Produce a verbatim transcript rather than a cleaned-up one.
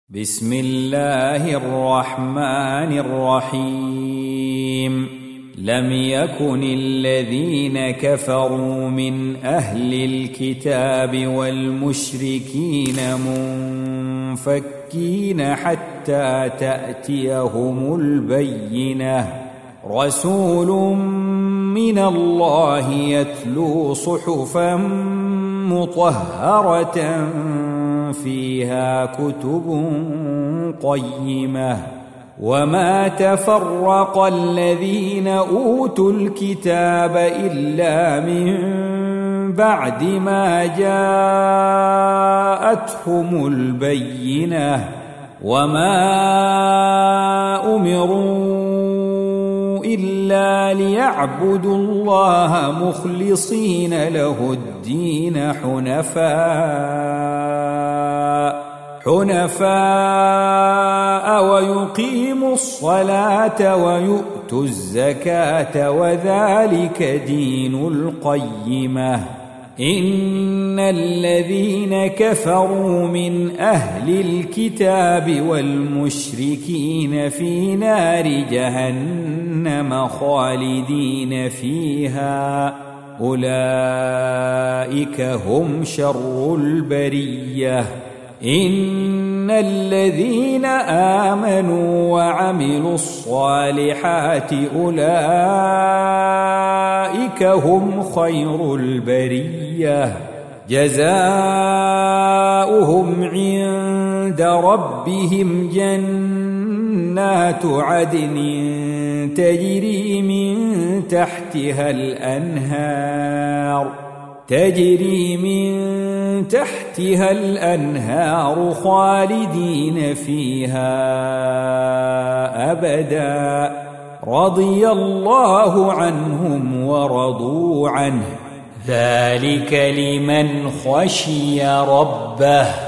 بسم الله الرحمن الرحيم لم يكن الذين كفروا من أهل الكتاب والمشركين منفكين حتى تأتيهم البينة رسول من الله يتلو صحفا مطهرة فيها كتب قيمة وما تفرق الذين أوتوا الكتاب إلا من بعد ما جاءتهم البينة وما أمروا إلا ليعبدوا الله مخلصين له الدين حنفاء حنفاء ويقيموا الصلاة ويؤتوا الزكاة وذلك دين القيمة إن الذين كفروا من أهل الكتاب والمشركين في نار جهنم خالدين فيها أولئك هم شر البرية إن الذين آمنوا وعملوا الصالحات أولئك هم خير البرية جزاؤهم عند ربهم جنات عدن تجري من تحتها الأنهار تجري من تحتها الأنهار خالدين فيها أبدا رضي الله عنهم ورضوا عنه ذلك لمن خشي ربه.